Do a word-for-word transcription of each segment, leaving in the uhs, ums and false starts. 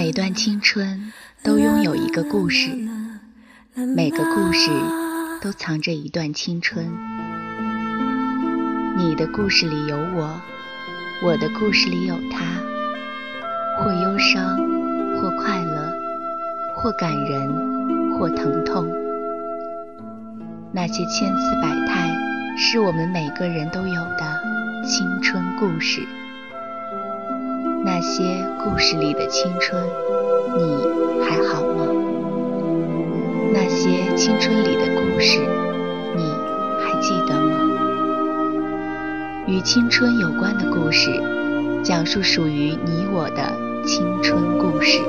每段青春都拥有一个故事，每个故事都藏着一段青春。你的故事里有我，我的故事里有他，或忧伤，或快乐，或感人，或疼痛。那些千姿百态，是我们每个人都有的青春故事。那些故事里的青春，你还好吗？那些青春里的故事，你还记得吗？与青春有关的故事，讲述属于你我的青春故事。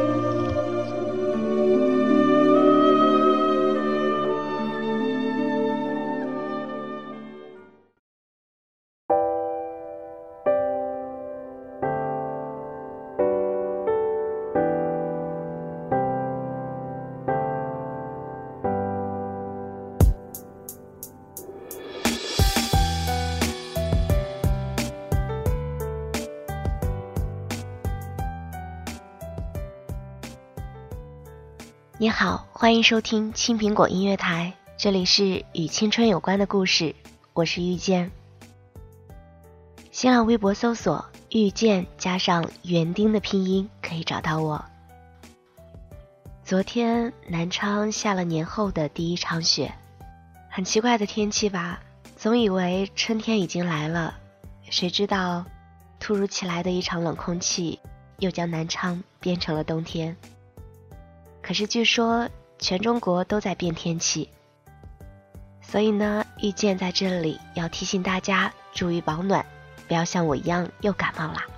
你好，欢迎收听青苹果音乐台，这里是与青春有关的故事，我是遇见。新浪微博搜索遇见加上园丁的拼音可以找到我。昨天南昌下了年后的第一场雪，很奇怪的天气吧，总以为春天已经来了，谁知道突如其来的一场冷空气又将南昌变成了冬天。可是据说全中国都在变天气，所以呢，遇见在这里要提醒大家注意保暖，不要像我一样又感冒啦。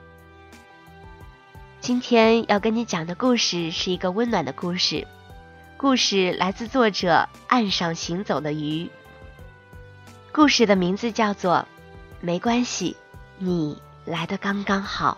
今天要跟你讲的故事是一个温暖的故事，故事来自作者岸上行走的鱼。故事的名字叫做没关系，你来得刚刚好。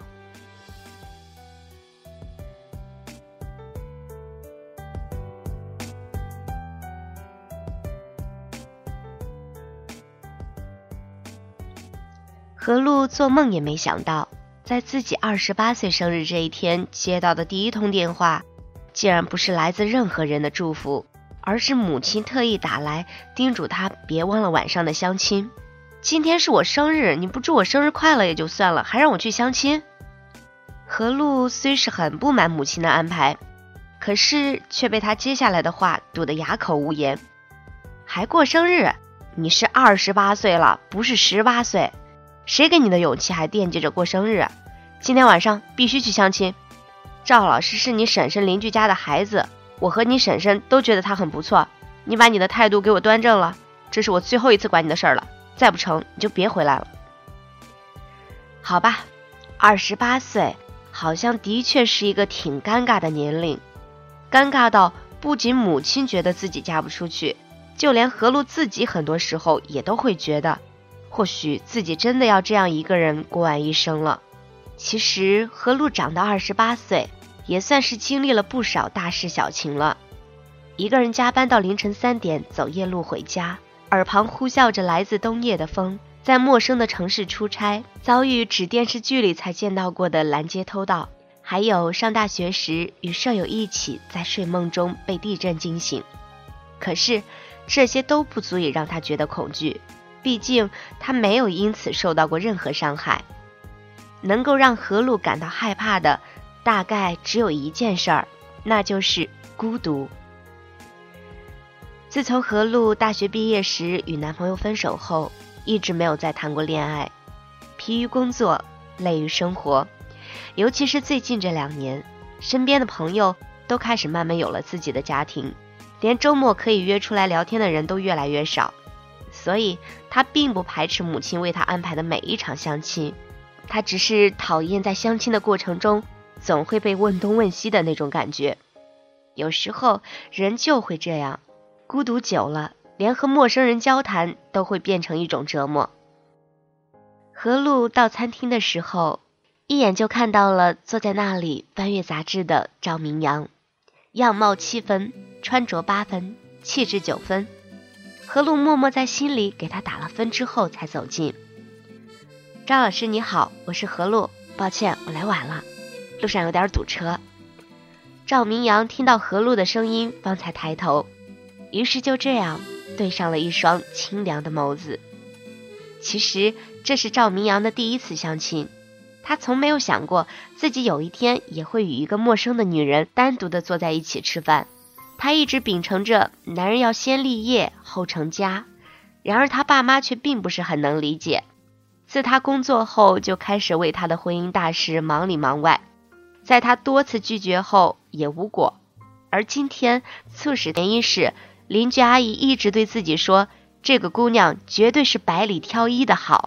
何璐做梦也没想到，在自己二十八岁生日这一天接到的第一通电话，竟然不是来自任何人的祝福，而是母亲特意打来叮嘱她别忘了晚上的相亲。今天是我生日，你不祝我生日快乐也就算了，还让我去相亲。何璐虽是很不满母亲的安排，可是却被她接下来的话堵得哑口无言。还过生日？你是二十八岁了，不是十八岁。谁给你的勇气还惦记着过生日啊？今天晚上必须去相亲。赵老师是你婶婶邻居家的孩子，我和你婶婶都觉得他很不错，你把你的态度给我端正了，这是我最后一次管你的事儿了，再不成你就别回来了。好吧，二十八岁好像的确是一个挺尴尬的年龄，尴尬到不仅母亲觉得自己嫁不出去，就连何璐自己很多时候也都会觉得或许自己真的要这样一个人过完一生了。其实何璐长到二十八岁也算是经历了不少大事小情了。一个人加班到凌晨三点走夜路回家，耳旁呼啸着来自冬夜的风，在陌生的城市出差，遭遇只电视剧里才见到过的拦截偷盗，还有上大学时与舍友一起在睡梦中被地震惊醒。可是这些都不足以让他觉得恐惧，毕竟他没有因此受到过任何伤害。能够让何璐感到害怕的大概只有一件事儿，那就是孤独。自从何璐大学毕业时与男朋友分手后，一直没有再谈过恋爱。疲于工作，累于生活，尤其是最近这两年，身边的朋友都开始慢慢有了自己的家庭，连周末可以约出来聊天的人都越来越少。所以他并不排斥母亲为他安排的每一场相亲，他只是讨厌在相亲的过程中总会被问东问西的那种感觉。有时候人就会这样，孤独久了，连和陌生人交谈都会变成一种折磨。何璐到餐厅的时候，一眼就看到了坐在那里翻阅杂志的赵明阳，样貌七分，穿着八分，气质九分。何璐默默在心里给他打了分之后才走近。张老师你好，我是何璐，抱歉我来晚了，路上有点堵车。 赵明阳听到何璐的声音，方才抬头，于是就这样对上了一双清凉的眸子。其实这是赵明阳的第一次相亲，他从没有想过自己有一天也会与一个陌生的女人单独的坐在一起吃饭。他一直秉承着男人要先立业后成家，然而他爸妈却并不是很能理解。自他工作后就开始为他的婚姻大事忙里忙外，在他多次拒绝后也无果。而今天促使原因是邻居阿姨一直对自己说，这个姑娘绝对是百里挑一的好。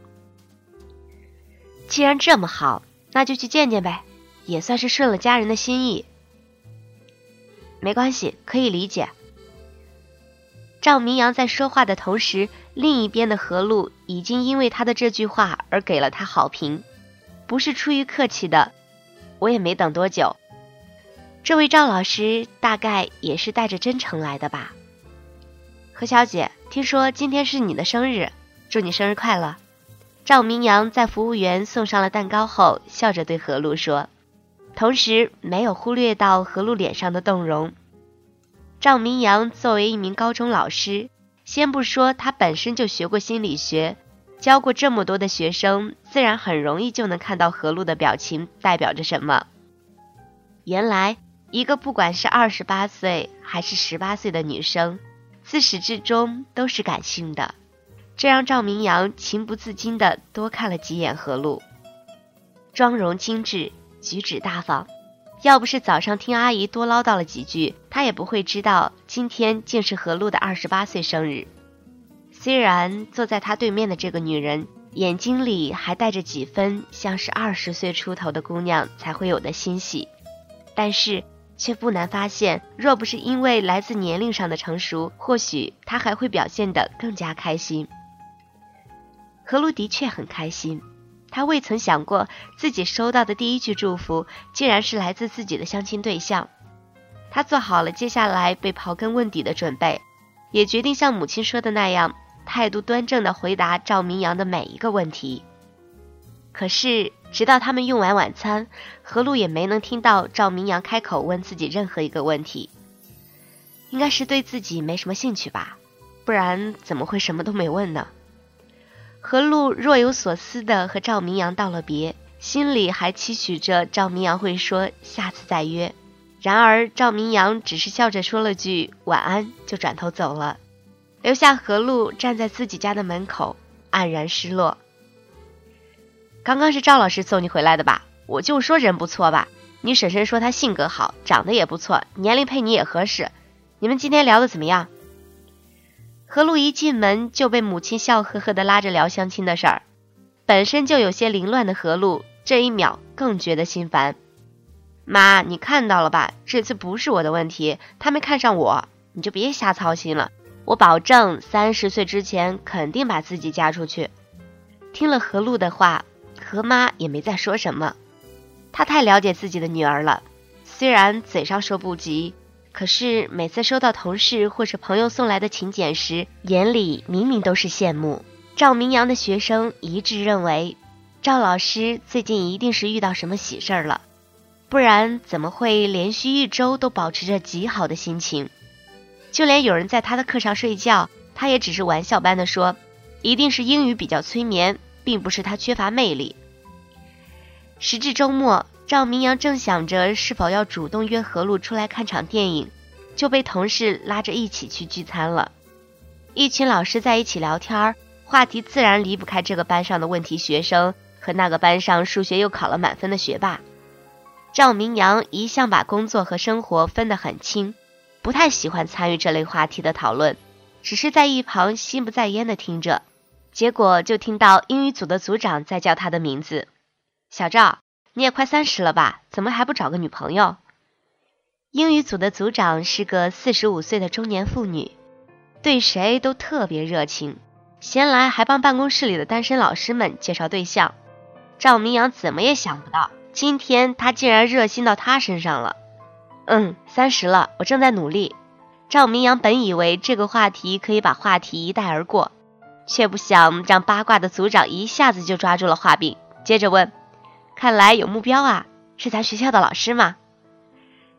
既然这么好，那就去见见呗，也算是顺了家人的心意。没关系，可以理解。赵明阳在说话的同时，另一边的何璐已经因为他的这句话而给了他好评，不是出于客气的。我也没等多久，这位赵老师大概也是带着真诚来的吧。何小姐，听说今天是你的生日，祝你生日快乐。赵明阳在服务员送上了蛋糕后，笑着对何璐说，同时没有忽略到何璐脸上的动容。赵明阳作为一名高中老师，先不说他本身就学过心理学，教过这么多的学生，自然很容易就能看到何璐的表情代表着什么。原来一个不管是二十八岁还是十八岁的女生，自始至终都是感性的，这让赵明阳情不自禁地多看了几眼何璐。妆容精致，举止大方，要不是早上听阿姨多唠叨了几句，他也不会知道今天竟是何璐的二十八岁生日。虽然坐在他对面的这个女人眼睛里还带着几分像是二十岁出头的姑娘才会有的欣喜，但是却不难发现，若不是因为来自年龄上的成熟，或许她还会表现得更加开心。何璐的确很开心，她未曾想过自己收到的第一句祝福竟然是来自自己的相亲对象。她做好了接下来被刨根问底的准备，也决定像母亲说的那样，态度端正地回答赵明阳的每一个问题。可是直到他们用完晚餐，何璐也没能听到赵明阳开口问自己任何一个问题。应该是对自己没什么兴趣吧，不然怎么会什么都没问呢？何璐若有所思地和赵明阳道了别，心里还期许着赵明阳会说下次再约。然而赵明阳只是笑着说了句晚安，就转头走了，留下何璐站在自己家的门口，黯然失落。刚刚是赵老师送你回来的吧？我就说人不错吧。你婶婶说他性格好，长得也不错，年龄配你也合适。你们今天聊得怎么样？何璐一进门就被母亲笑呵呵地拉着聊相亲的事儿，本身就有些凌乱的何璐这一秒更觉得心烦。妈，你看到了吧，这次不是我的问题，他没看上我，你就别瞎操心了。我保证三十岁之前肯定把自己嫁出去。听了何璐的话，何妈也没再说什么，她太了解自己的女儿了，虽然嘴上说不急，可是每次收到同事或是朋友送来的请柬时，眼里明明都是羡慕。赵明阳的学生一致认为，赵老师最近一定是遇到什么喜事儿了，不然怎么会连续一周都保持着极好的心情？就连有人在他的课上睡觉，他也只是玩笑般的说，一定是英语比较催眠，并不是他缺乏魅力。时至周末，赵明阳正想着是否要主动约何璐出来看场电影，就被同事拉着一起去聚餐了。一群老师在一起聊天，话题自然离不开这个班上的问题学生和那个班上数学又考了满分的学霸。赵明阳一向把工作和生活分得很清，不太喜欢参与这类话题的讨论，只是在一旁心不在焉地听着。结果就听到英语组的组长在叫他的名字，小赵，你也快三十了吧，怎么还不找个女朋友？英语组的组长是个四十五岁的中年妇女，对谁都特别热情，闲来还帮办公室里的单身老师们介绍对象。赵明阳怎么也想不到，今天他竟然热心到他身上了。嗯，三十了，我正在努力。赵明阳本以为这个话题可以把话题一带而过，却不想让八卦的组长一下子就抓住了话柄，接着问，看来有目标啊，是咱学校的老师吗？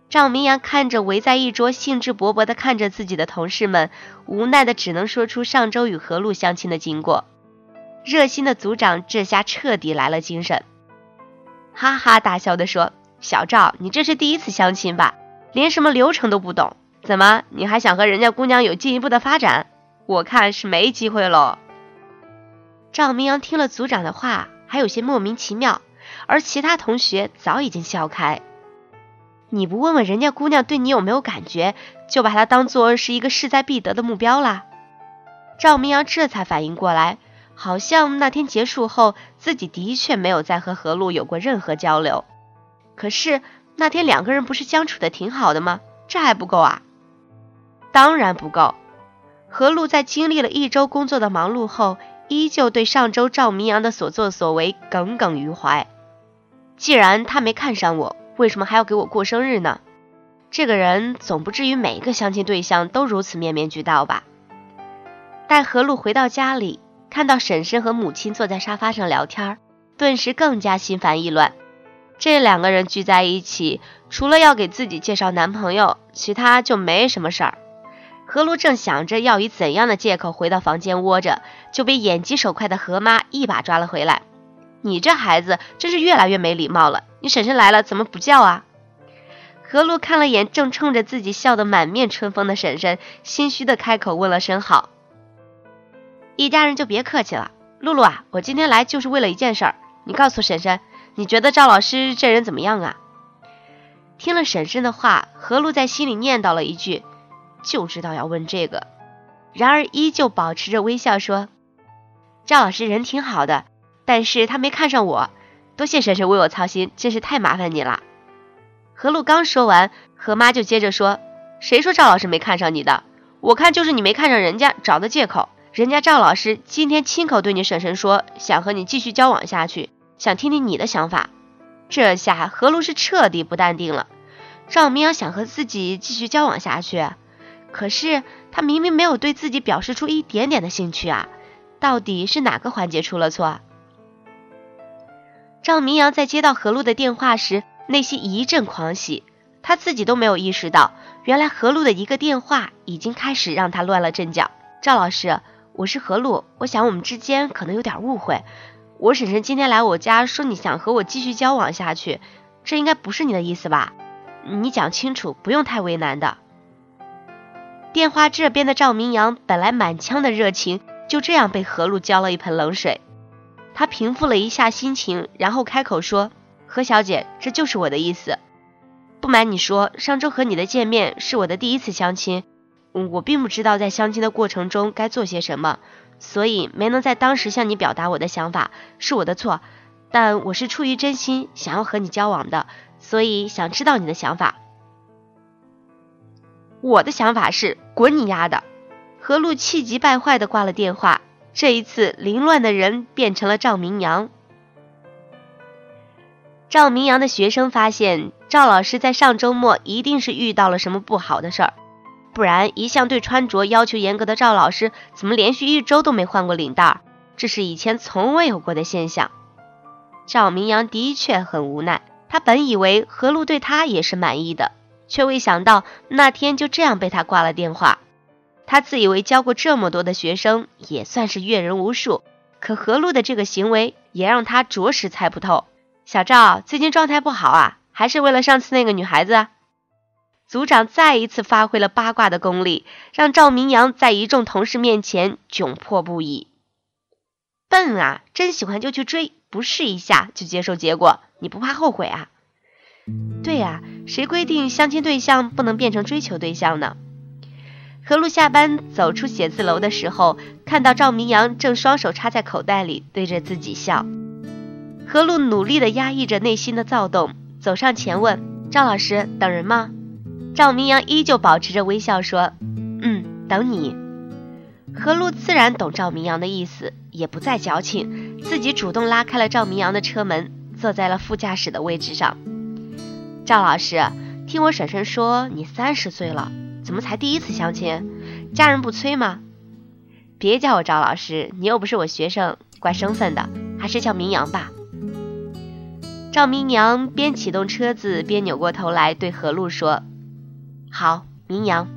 赵明阳看着围在一桌兴致勃勃地看着自己的同事们，无奈的只能说出上周与何璐相亲的经过。热心的组长这下彻底来了精神，哈哈大笑地说：小赵，你这是第一次相亲吧？连什么流程都不懂，怎么你还想和人家姑娘有进一步的发展？我看是没机会喽。赵明阳听了组长的话，还有些莫名其妙，而其他同学早已经笑开。你不问问人家姑娘对你有没有感觉，就把她当作是一个势在必得的目标啦？赵明阳这才反应过来，好像那天结束后，自己的确没有再和何璐有过任何交流。可是那天两个人不是相处的挺好的吗？这还不够啊？当然不够。何璐在经历了一周工作的忙碌后，依旧对上周赵明阳的所作所为耿耿于怀。既然他没看上我，为什么还要给我过生日呢？这个人总不至于每一个相亲对象都如此面面俱到吧？待何璐回到家里，看到婶婶和母亲坐在沙发上聊天，顿时更加心烦意乱。这两个人聚在一起，除了要给自己介绍男朋友，其他就没什么事儿。何璐正想着要以怎样的借口回到房间窝着，就被眼疾手快的何妈一把抓了回来。你这孩子真是越来越没礼貌了，你婶婶来了怎么不叫啊？何璐看了眼正冲着自己笑得满面春风的婶婶，心虚的开口问了声好。一家人就别客气了，露露啊，我今天来就是为了一件事儿，你告诉婶婶，你觉得赵老师这人怎么样啊？听了婶婶的话，何璐在心里念叨了一句，就知道要问这个，然而依旧保持着微笑说，赵老师人挺好的，但是他没看上我，多谢婶婶为我操心，真是太麻烦你了。何璐刚说完，何妈就接着说，谁说赵老师没看上你的？我看就是你没看上人家找的借口，人家赵老师今天亲口对你婶婶说，想和你继续交往下去，想听听你的想法。这下何璐是彻底不淡定了，赵明阳想和自己继续交往下去，可是他明明没有对自己表示出一点点的兴趣啊，到底是哪个环节出了错？赵明阳在接到何璐的电话时，内心一阵狂喜，他自己都没有意识到，原来何璐的一个电话已经开始让他乱了阵脚。赵老师，我是何璐，我想我们之间可能有点误会，我婶婶今天来我家说你想和我继续交往下去，这应该不是你的意思吧？你讲清楚，不用太为难的。电话这边的赵明阳本来满腔的热情，就这样被何璐浇了一盆冷水。他平复了一下心情，然后开口说，何小姐，这就是我的意思。不瞒你说，上周和你的见面是我的第一次相亲，我并不知道在相亲的过程中该做些什么，所以没能在当时向你表达我的想法，是我的错，但我是出于真心想要和你交往的，所以想知道你的想法。我的想法是滚你丫的！何璐气急败坏地挂了电话，这一次凌乱的人变成了赵明阳。赵明阳的学生发现赵老师在上周末一定是遇到了什么不好的事儿，不然一向对穿着要求严格的赵老师怎么连续一周都没换过领带，这是以前从未有过的现象。赵明阳的确很无奈，他本以为何璐对他也是满意的，却未想到那天就这样被他挂了电话。他自以为教过这么多的学生也算是阅人无数，可何璐的这个行为也让他着实猜不透。小赵最近状态不好啊，还是为了上次那个女孩子啊？组长再一次发挥了八卦的功力，让赵明阳在一众同事面前窘迫不已。笨啊，真喜欢就去追，不试一下就接受结果，你不怕后悔啊？对啊，谁规定相亲对象不能变成追求对象呢？何璐下班走出写字楼的时候，看到赵明阳正双手插在口袋里对着自己笑。何璐努力地压抑着内心的躁动，走上前问，赵老师等人吗？赵明阳依旧保持着微笑说，嗯，等你。何璐自然懂赵明阳的意思，也不再矫情，自己主动拉开了赵明阳的车门，坐在了副驾驶的位置上。赵老师，听我婶婶说你三十岁了，怎么才第一次相亲？家人不催吗？别叫我赵老师，你又不是我学生，怪生分的，还是叫明阳吧。 赵明阳边启动车子边扭过头来对何璐说：好，明阳。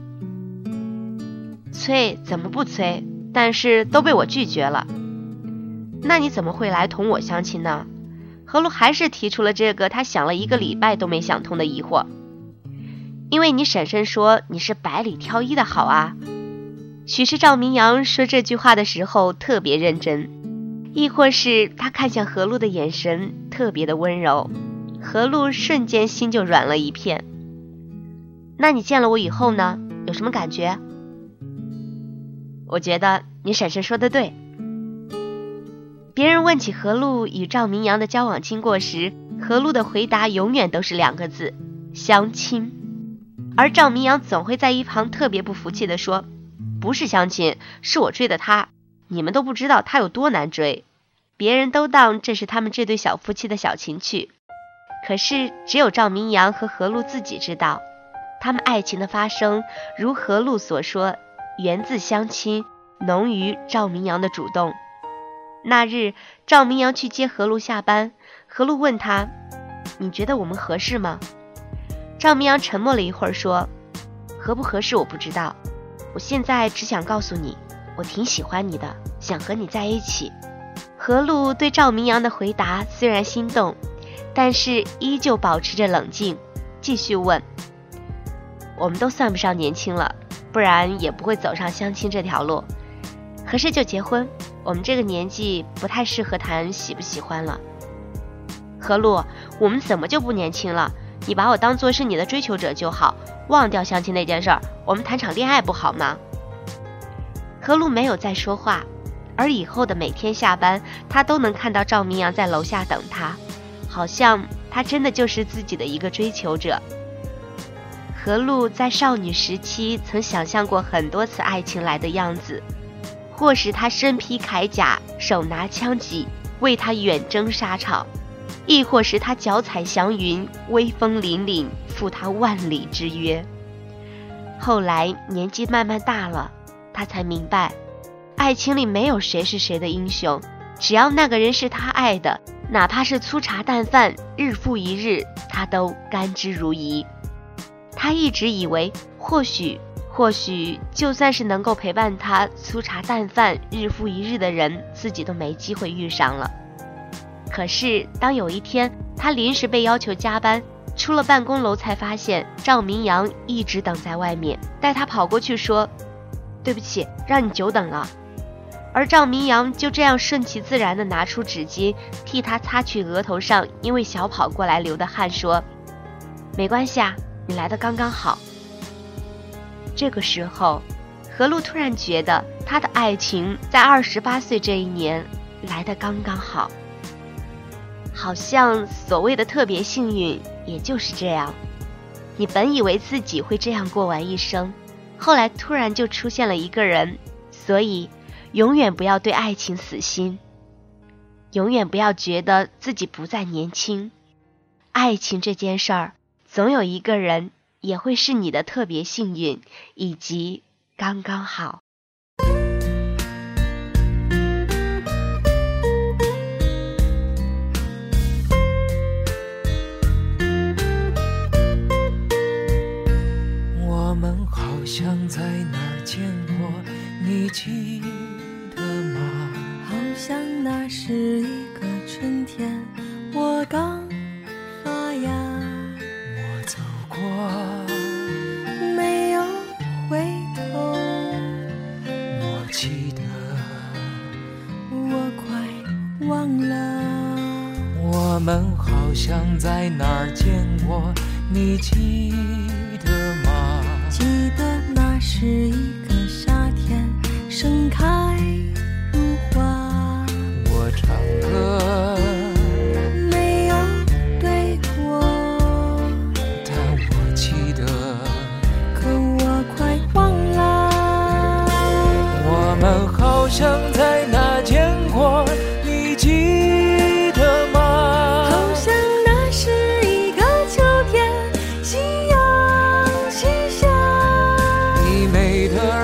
催怎么不催？但是都被我拒绝了。那你怎么会来同我相亲呢？何璐还是提出了这个他想了一个礼拜都没想通的疑惑。因为你婶婶说你是百里挑一的好啊。许是赵明阳说这句话的时候特别认真，亦或是他看向何璐的眼神特别的温柔，何璐瞬间心就软了一片。那你见了我以后呢，有什么感觉？我觉得你婶婶说的对。别人问起何璐与赵明阳的交往经过时，何璐的回答永远都是两个字：相亲。而赵明阳总会在一旁特别不服气地说：不是相亲，是我追的他，你们都不知道他有多难追。别人都当这是他们这对小夫妻的小情趣，可是只有赵明阳和何璐自己知道，他们爱情的发生如何璐所说，源自相亲，浓于赵明阳的主动。那日赵明阳去接何璐下班，何璐问他：你觉得我们合适吗？赵明阳沉默了一会儿说：合不合适我不知道，我现在只想告诉你，我挺喜欢你的，想和你在一起。何璐对赵明阳的回答虽然心动，但是依旧保持着冷静，继续问：我们都算不上年轻了，不然也不会走上相亲这条路。合适就结婚，我们这个年纪不太适合谈喜不喜欢了。何璐，我们怎么就不年轻了？你把我当作是你的追求者就好，忘掉相亲那件事儿，我们谈场恋爱不好吗？何璐没有再说话，而以后的每天下班，他都能看到赵明阳在楼下等他，好像他真的就是自己的一个追求者。何璐在少女时期曾想象过很多次爱情来的样子，或是他身披铠甲，手拿枪戟，为他远征沙场，亦或是他脚踩祥云，威风凛凛，赴他万里之约。后来年纪慢慢大了，他才明白，爱情里没有谁是谁的英雄，只要那个人是他爱的，哪怕是粗茶淡饭，日复一日，他都甘之如饴。他一直以为，或许或许就算是能够陪伴他粗茶淡饭日复一日的人，自己都没机会遇上了。可是当有一天他临时被要求加班，出了办公楼才发现赵明阳一直等在外面，带他跑过去说：对不起，让你久等了。而赵明阳就这样顺其自然地拿出纸巾替他擦去额头上因为小跑过来流的汗，说：没关系啊，你来的刚刚好。这个时候何璐突然觉得他的爱情在二十八岁这一年来得刚刚好，好像所谓的特别幸运也就是这样。你本以为自己会这样过完一生，后来突然就出现了一个人，所以永远不要对爱情死心，永远不要觉得自己不再年轻。爱情这件事儿，总有一个人也会是你的特别幸运，以及刚刚好。 我们好像在哪儿见过，你记得吗？ 好像那是一个春天，我刚发芽， 我走过， 没有回头， 我记得， 我快忘了。 我们好像在哪儿见过，你记得吗？ 记得那是一个夏天，盛开如花。 我唱歌， 没有对我， 但我记得， 可我快忘了。 我们好像在哪见过，你记得吗？ 好像那是一个秋天，夕阳西下。 你美的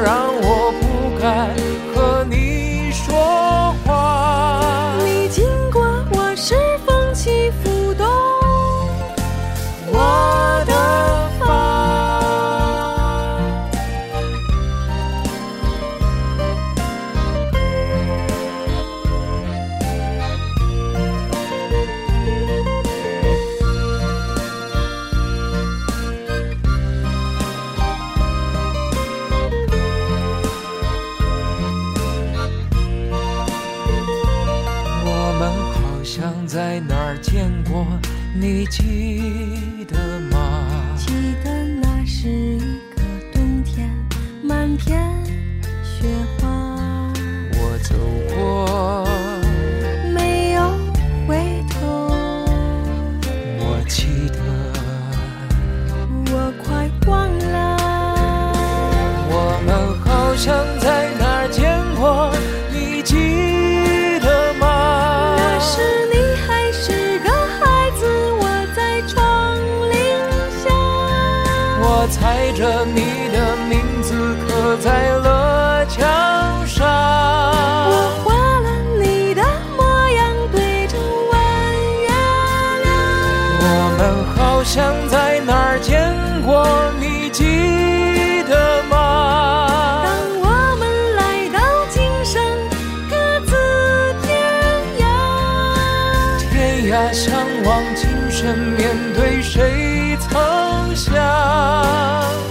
哪儿见过，你记得吗？ 记得那是一个冬天，满片雪花。 我走过， 没有回头。 我记得， 我快忘了。 我们好像在哪儿见过，你记得吗？ 那时你还是个孩子，我在窗棂下。 我踩着你的名字刻在了墙上。 我画了你的模样，对着弯月亮。 我们好像在哪儿见过，你记得吗？ 当我们来到今生，各自天涯。 天涯相望，今生面对谁曾想？